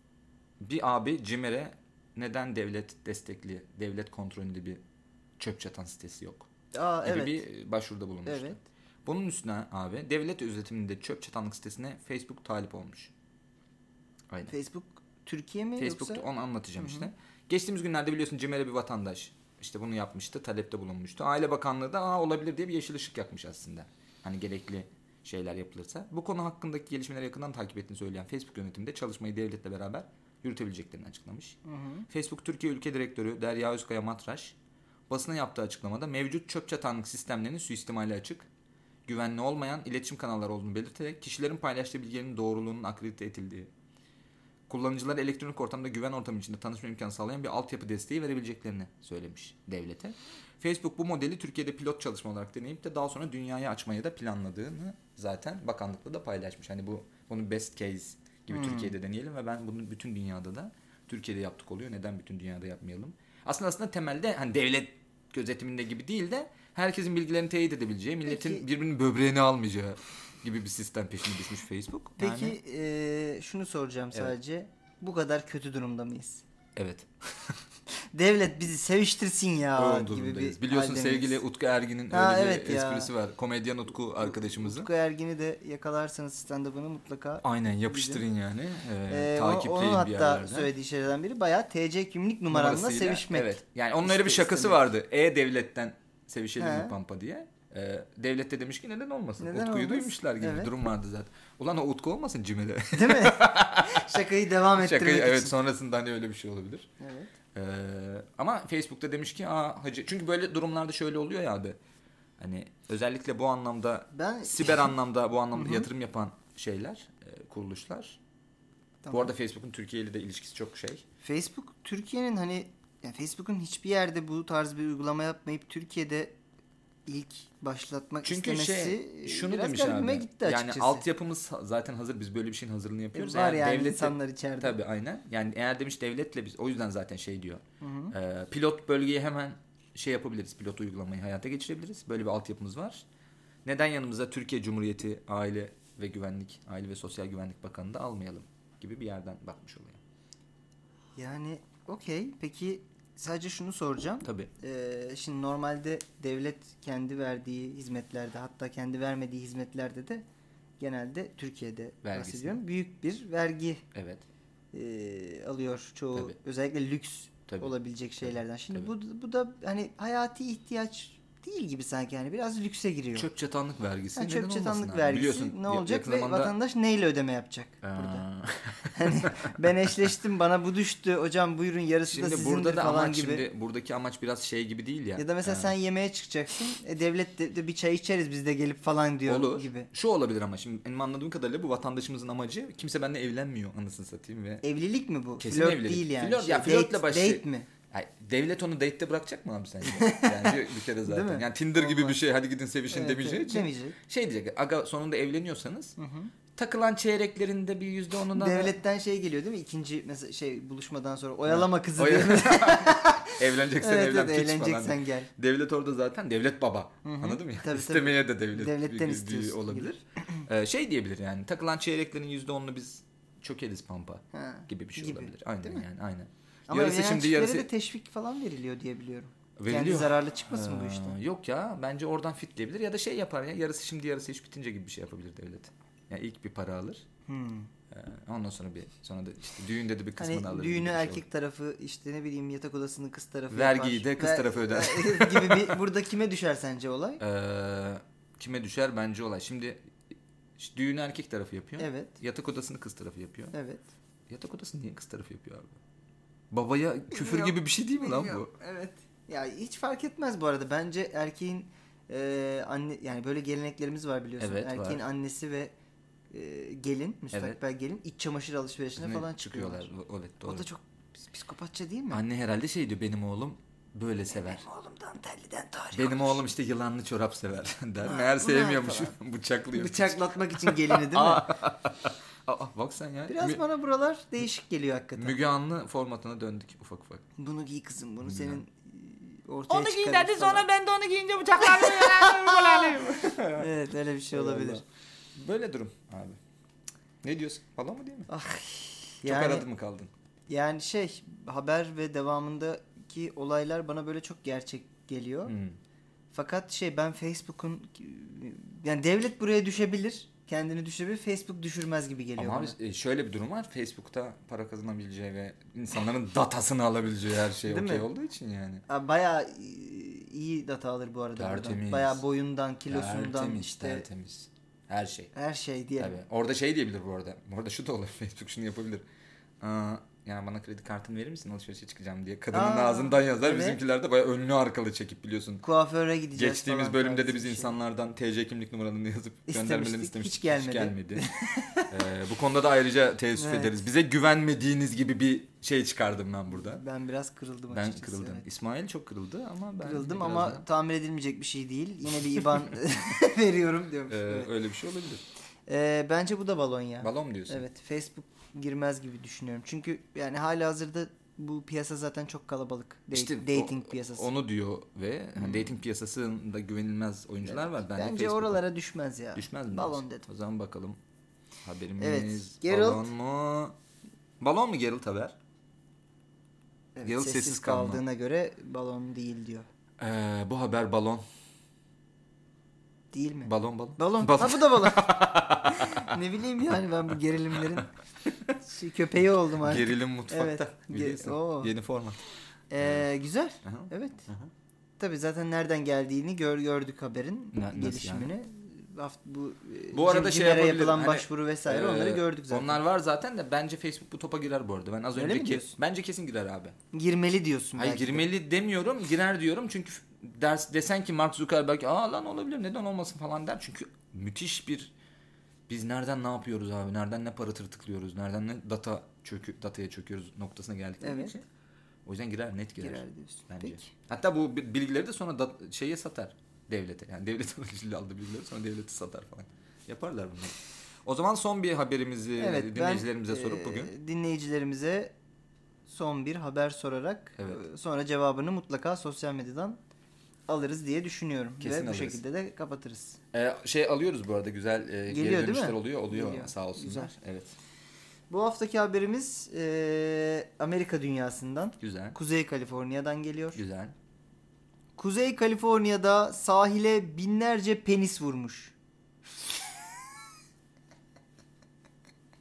Bir abi CİMER'e neden devlet destekli, devlet kontrolünde bir çöp çatan sitesi yok Aa, gibi evet. bir başvuruda bulunmuştu. Evet. Bunun üstüne abi devlet gözetiminde çöp çatanlık sitesine Facebook talip olmuş. Aynen. Facebook Türkiye mi Facebook'ta yoksa? onu anlatacağım Hı hı. işte. Geçtiğimiz günlerde biliyorsun CİMER'e bir vatandaş işte bunu yapmıştı, talepte bulunmuştu. Aile Bakanlığı da olabilir diye bir yeşil ışık yakmış aslında. Hani gerekli şeyler yapılırsa. Bu konu hakkındaki gelişmeleri yakından takip ettiğini söyleyen Facebook yönetiminde çalışmayı devletle beraber yürütebileceklerini açıklamış. Hı hı. Facebook Türkiye Ülke Direktörü Derya Özkaya Matraş basına yaptığı açıklamada mevcut çöp çatanlık sistemlerinin suistimali açık, güvenli olmayan iletişim kanalları olduğunu belirterek kişilerin paylaştığı bilgilerin doğruluğunun akredite edildiği, kullanıcılara elektronik ortamda güven ortamı içinde tanışma imkanı sağlayan bir altyapı desteği verebileceklerini söylemiş devlete. Facebook bu modeli Türkiye'de pilot çalışma olarak deneyip de daha sonra dünyaya açmayı da planladığını zaten bakanlıkla da paylaşmış. Hani bunu best case gibi Türkiye'de deneyelim ve ben bunu bütün dünyada da Türkiye'de yaptık oluyor. Neden bütün dünyada yapmayalım? Aslında temelde hani devlet gözetiminde gibi değil de herkesin bilgilerini teyit edebileceği, milletin Peki, birbirinin böbreğini almayacağı gibi bir sistem peşine düşmüş Facebook. Peki şunu soracağım Evet. sadece. Bu kadar kötü durumda mıyız? Evet. Devlet bizi seviştirsin ya Öyle gibi durumdayız. bir Biliyorsun halde sevgili miyiz? Utku Ergin'in Ha, öyle evet bir ya. esprisi var. Komedyen Utku arkadaşımızın. Utku Ergin'i de yakalarsanız stand-up'ını mutlaka Aynen yapıştırın yani. onun Takipleyin bir hatta yerlerden. söylediği şeylerden biri bayağı TC kimlik numaranla Numarasıyla, sevişmek. Evet. Yani onun öyle bir şakası istemek. vardı. E-Devlet'ten sevişelim He. mi Pampa diye. Devlet de demiş ki neden olmasın? Neden Utku'yu olmaz? duymuşlar gibi Evet. bir durum vardı zaten. Ulan o Utku olmasın CİMER'e. Değil mi? Şakayı devam ettirmek Şakayı, için. evet, sonrasında hani öyle bir şey olabilir. Evet. Ama Facebook'ta demiş ki hacı, çünkü böyle durumlarda şöyle oluyor ya abi. Hani özellikle bu anlamda siber anlamda bu anlamda yatırım yapan şeyler, kuruluşlar. Tamam. Bu arada Facebook'un Türkiye ile de ilişkisi çok şey. Facebook Türkiye'nin hani yani Facebook'un hiçbir yerde bu tarz bir uygulama yapmayıp Türkiye'de ilk başlatmak Çünkü istemesi şunu biraz demiş garibime abi. gitti açıkçası. Yani altyapımız zaten hazır. Biz böyle bir şeyin hazırlığını yapıyoruz. Var Eğer yani devletle, insanlar içeride. Tabii aynen. Yani eğer demiş devletle biz o yüzden zaten şey diyor. Hı hı. Pilot bölgeyi hemen şey yapabiliriz. Pilot uygulamayı hayata geçirebiliriz. Böyle bir altyapımız var. Neden yanımıza Türkiye Cumhuriyeti Aile ve Sosyal Güvenlik Bakanı da almayalım gibi bir yerden bakmış oluyor. Yani okey. Peki sadece şunu soracağım. Tabii. Şimdi normalde devlet kendi verdiği hizmetlerde hatta kendi vermediği hizmetlerde de genelde Türkiye'de Vergisini. bahsediyorum. Büyük bir vergi Evet. alıyor çoğu Tabii. özellikle lüks Tabii. olabilecek şeylerden. Şimdi Tabii. bu da hani hayati ihtiyaç değil gibi sanki, yani biraz lükse giriyor. Çöp çatanlık vergisi. Ha, neden çöp olmasın çatanlık abi? vergisi Biliyorsun, ne olacak yakın ve zamanda- vatandaş neyle ödeme yapacak Aa, burada? Hani ben eşleştim, bana bu düştü hocam, buyurun yarısı da Şimdi sizindir burada da falan amaç, gibi. şimdi buradaki amaç biraz şey gibi değil ya. Ya da mesela sen yemeğe çıkacaksın. Devlet de bir çay içeriz biz de gelip falan diyor olur gibi. Şu olabilir ama şimdi benim anladığım kadarıyla bu vatandaşımızın amacı, kimse benimle evlenmiyor anasını satayım ve Evlilik mi bu? kesin Flört evlilik. değil yani. Flört, ya flörtle başlıyor. Date mi? Ay, devlet onu date'te bırakacak mı abi sence? Yani bir kere zaten. Değil mi? Yani Tinder gibi bir Olmaz. şey, hadi gidin sevişin Evet, demeyeceği evet, için. demeyecek. Şey diyecek, aga sonunda evleniyorsanız takılan çeyreklerinde bir %10'undan Devletten şey geliyor değil mi? İkinci mesela şey buluşmadan sonra oyalama kızı O diyor. evleneceksen Evet, evlen evet, piç falan. evleneceksen gel. Devlet orada zaten devlet baba. Anladın mı? Tabii, İstemeye de Devletten bir istiyorsun olabilir. Şey diyebilir yani, takılan çeyreklerin %10'unu biz çökeriz pampa Ha, gibi bir şey gibi. olabilir. Aynen Değil mi? yani aynen. Ama Yarısı evlenen şimdi çiftlere yarısı de teşvik falan veriliyor diye biliyorum. Kendi veriliyor. zararlı çıkmasın bu işten. Yok ya, bence oradan fitleyebilir ya da şey yapar ya, yarısı şimdi yarısı iş bitince gibi bir şey yapabilir devlet. Yani ilk bir para alır. Ondan sonra sonra da işte düğünde de bir kısmını Hani alır. düğünü gibi bir şey erkek tarafı, işte ne bileyim yatak odasını kız tarafı Vergiyi yapar. de kız tarafı öder. gibi bir, burada kime düşer sence olay? Kime düşer bence olay. Şimdi işte düğünü erkek tarafı yapıyor. Evet. Yatak odasını kız tarafı yapıyor. Evet. Yatak odasını niye kız tarafı yapıyor abi? Babaya küfür Bilmiyorum. gibi bir şey değil mi lan bu? Bilmiyorum. Evet. Ya hiç fark etmez bu arada. Bence erkeğin anne, yani böyle geleneklerimiz var biliyorsun. Evet, Erkeğin var. annesi ve gelin, müstakbel gelin iç çamaşır alışverişine Ne falan çıkıyorlar. Evet, doğru. O da çok psikopatça değil mi? Anne herhalde şey diyor, benim oğlum böyle sever. Benim oğlumdan telliden tarih Benim olmuş. oğlum işte yılanlı çorap sever der. Ha, Meğer bu sevmiyormuş. ne Bıçaklıyor. Bıçaklatmak için gelini değil mi? Bak sen ya. Biraz bana buralar değişik geliyor hakikaten. Müge Anlı formatına döndük ufak ufak. Bunu giy kızım, bunu senin ortaya Onu giyin çıkarır dedi, falan. sonra ben de onu giyince bıçaklarını kullanayım. Evet, öyle bir şey olabilir. Böyle durum abi. Ne diyorsun? Falan mı değil mi? Ah, Çok yani, aradı mı kaldın? yani şey, haber ve devamındaki olaylar bana böyle çok gerçek geliyor. Fakat şey, ben Facebook'un, yani devlet buraya düşebilir, kendini düşürebilir, Facebook düşürmez gibi geliyor Ama bana. abi şöyle bir durum var. Facebook'ta para kazanabileceği ve insanların datasını alabileceği her şey Değil okey mi? olduğu için yani. Abi bayağı iyi data alır bu arada Tertemiz. buradan. Bayağı boyundan, kilosundan, Tertemiz, işte tertemiz. Her şey. her şey diyelim. Tabii. Orada şey diyebilir bu arada. Bu arada şu da olur. Facebook şunu yapabilir. Yani bana kredi kartını verir misin, alışverişe çıkacağım diye. Kadının ağzından yazar. evet. Bizimkiler de bayağı önlü arkalı çekip biliyorsun. Kuaföre gideceğiz Geçtiğimiz falan bölümde de tarzı biz bir şey. insanlardan TC kimlik numaralarını yazıp göndermelerini istemiştik. Hiç gelmedi. Bu konuda da ayrıca teessüf Evet. ederiz. Bize güvenmediğiniz gibi bir şey çıkardım ben burada. Ben biraz kırıldım Ben açıkçası. kırıldım. Evet. İsmail çok kırıldı ama ben Kırıldım biraz ama daha- tamir edilmeyecek bir şey değil. Yine bir IBAN veriyorum diyormuş. Evet. öyle bir şey olabilir. Bence bu da balon ya. Balon mu diyorsun? Evet, Facebook girmez gibi düşünüyorum. Çünkü yani halihazırda bu piyasa zaten çok kalabalık. İşte Dating piyasası. Onu diyor ve dating piyasasında güvenilmez oyuncular var. Bence Facebook'a oralara düşmez ya. düşmez mi? Balon diyorsun? dedim. O zaman bakalım. Haberimiz Evet, Geralt. balon mu? Balon mu Geralt haber? Evet, Geralt sessiz kalma. kaldığına göre balon değil diyor. Bu haber balon. Değil mi? Balon. Balon. Ha, bu da balon. Ne bileyim yani, ben bu gerilimlerin köpeği oldum artık. Gerilim mutfakta. Evet. Biliyorsun. Oo. Yeni format. Güzel. Aha. Evet. Aha. Tabii zaten nereden geldiğini gördük haberin Nasıl gelişimini. Bu arada şey Cimer'e yapabilir, yapılan hani, başvuru vesaire onları gördük zaten. Onlar var zaten de bence Facebook bu topa girer bu arada. Ben az Öyle mi önceki diyorsun? bence kesin girer abi. Girmeli diyorsun Hayır, belki de. girmeli demiyorum, girer diyorum. Çünkü desen ki Mark Zuckerberg lan olabilir, neden olmasın falan der. Çünkü müthiş bir, biz nereden ne yapıyoruz abi? Nereden ne para tırtıklıyoruz? Nereden ne dataya çöküyoruz noktasına geldikleri Evet. için. O yüzden girer, net girer. Girer diyorsun. Bence. Peki. Hatta bu bilgileri de sonra şeye satar, devlete. Yani devlet aracılığıyla aldığı bilgileri sonra devlete satar falan. Yaparlar bunları. O zaman son bir haberimizi Evet, dinleyicilerimize sorup bugün. Dinleyicilerimize son bir haber sorarak Evet. sonra cevabını mutlaka sosyal medyadan alırız diye düşünüyorum. Kesin Ve bu alırız. şekilde de kapatırız. Alıyoruz bu arada, güzel geri Geliyor değil dönüşler mi? oluyor Geliyor. sağ olsunlar. Güzel. Evet. Bu haftaki haberimiz Amerika dünyasından. Güzel. Kuzey Kaliforniya'dan geliyor. Güzel. Kuzey Kaliforniya'da sahile binlerce penis vurmuş.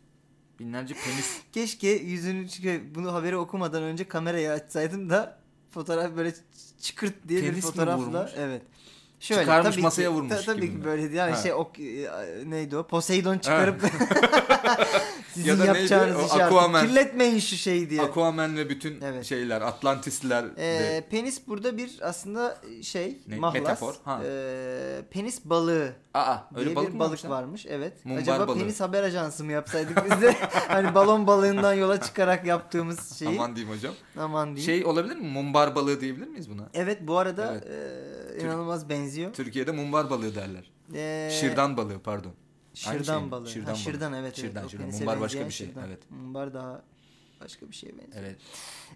Binlerce penis. Keşke bunu haberi okumadan önce kamerayı açsaydım da Fotoğraf böyle çıkırt diye Penis bir mi fotoğrafla. vurmuş? Evet. Çıkarmış, tabii masaya ki, vurmuş tabii gibi ki mi? böyle yani Ha. neydi o? Poseidon çıkarıp sizin Ya da neydi? yapacağınız O işi artık Aquaman. kirletmeyin şu şeyi diye. Aquaman ve bütün Evet. şeyler, Atlantisler de Penis burada bir aslında Ne? mahlas. Metafor, ha. Penis balığı öyle diye balık bir mı balık varmış lan? varmış. Evet. Mumbar Acaba balığı. penis haber ajansı mı yapsaydık biz de hani balon balığından yola çıkarak yaptığımız şeyi. Aman diyeyim hocam. Aman diyeyim. Şey olabilir mi? Mumbar balığı diyebilir miyiz buna? Evet bu arada Evet. inanılmaz benziyor. Türkiye'de mumbar balığı derler. Ee, Şırdan balığı pardon. Aynı şey Şırdan mi? balığı. Şırdan Ha, balığı. şırdan evet. Şırdan, evet. O şırdan. penise Mumbar başka benzeyen bir şey, şırdan. evet. Mumbar daha başka bir şeye benziyor. Evet.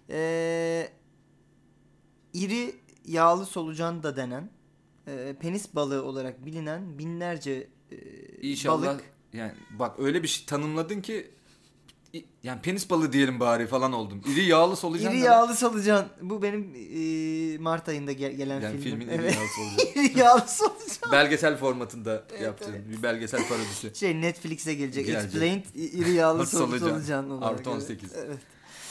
İri yağlı solucan da denen penis balığı olarak bilinen binlerce İnşallah balık. yani bak öyle bir şey tanımladın ki yani penis balığı diyelim bari falan oldum. İri yağlı solucan. İri ne yağlı solucan. Bu benim Mart ayında gelen yani filmim. filmin Evet. iri yağlı solucan. İri yağlı solucan. Belgesel formatında Evet, yaptığın evet. bir belgesel parodisi. Netflix'e gelecek. Gelecek. Explained iri yağlı Solucan. solucan olarak. Artı 18. Evet.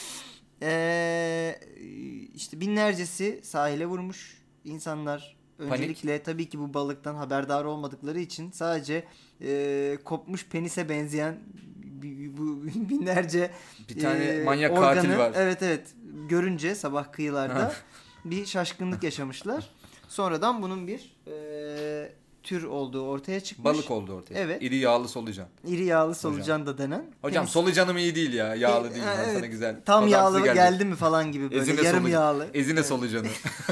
İşte binlercesi sahile vurmuş. İnsanlar öncelikle tabii ki bu balıktan haberdar olmadıkları için sadece kopmuş penise benzeyen bu binlerce Bir tane manyak organı, katil var. Evet görünce sabah kıyılarda bir şaşkınlık yaşamışlar. Sonradan bunun bir tür olduğu ortaya çıkmış. Balık oldu ortaya. Evet. İri yağlı solucan. İri yağlı solucan da denen. Hocam penis- solucanım iyi değil ya. Yağlı değil. Ben Evet. sana güzel. Tam pazartesi yağlı geldi. geldi mi falan gibi böyle Ezine yarım solucan. yağlı. Ezine Evet. solucanı.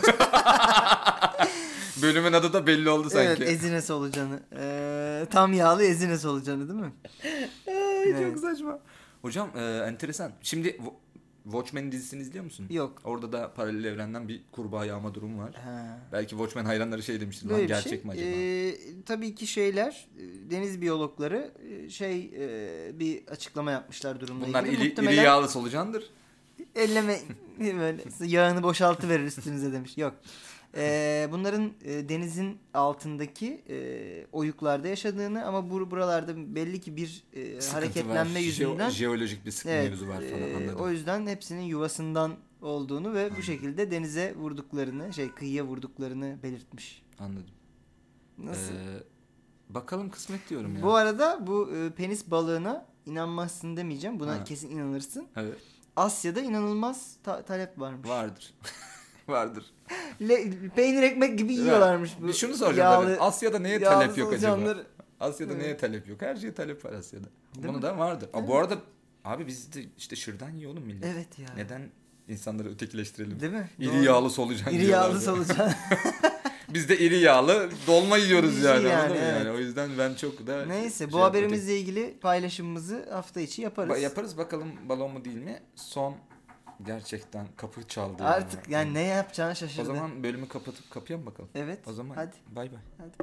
Bölümün adı da belli oldu sanki. Evet ezine solucanı. Tam yağlı ezine solucanı değil mi? Ay, Evet. çok saçma. Hocam enteresan. Şimdi Watchmen dizisini izliyor musun? Yok. Orada da paralel evrenden bir kurbağa yağma durumu var. Ha. Belki Watchmen hayranları şey demiştir. Böyle Lan bir gerçek şey. mi acaba? Tabii ki şeyler deniz biyologları bir açıklama yapmışlar durumla Bunlar ilgili. iri Muhtemelen yağlı solucandır. elleme böyle yağını boşaltıverir üstünüze demiş. Yok. Bunların denizin altındaki oyuklarda yaşadığını ama buralarda belli ki bir Sıkıntı hareketlenme var. yüzünden Jeolojik bir sıkıntı mevzu var falan anladım. o yüzden hepsinin yuvasından olduğunu ve bu şekilde denize vurduklarını, kıyıya vurduklarını belirtmiş. Anladım. Nasıl? Bakalım kısmet diyorum ya. Bu arada bu penis balığına inanmazsın demeyeceğim. Buna Ha. kesin inanırsın. Evet. Asya'da inanılmaz talep varmış. Vardır. Vardır. Peynir ekmek gibi yiyorlarmış bu. Bir şunu soracağım. yağlı- tabii. Asya'da neye yağlı talep yok acaba? solucanları. Asya'da Evet. neye talep yok? Her şeye talep var Asya'da. Değil Bunu mi? da vardır. Değil Bu mi? arada abi biz de işte şırdan yiyor oğlum millet. Evet ya. Neden insanları ötekileştirelim? Değil mi? İri Doğru. yağlı solucan İri yiyorlar yağlı ya. solucan. Biz de iri yağlı dolma yiyoruz yani. Yani, Anladın mı evet. yani? O yüzden ben çok da Neyse bu şey haberimizle ilgili paylaşımımızı hafta içi yaparız. yaparız bakalım balon mu değil mi? Son gerçekten kapı çaldı. Artık yani ne yapacağını O şaşırdı. zaman bölümü kapatıp kapıya mı bakalım? Evet. O zaman Hadi. bay bay. Hadi.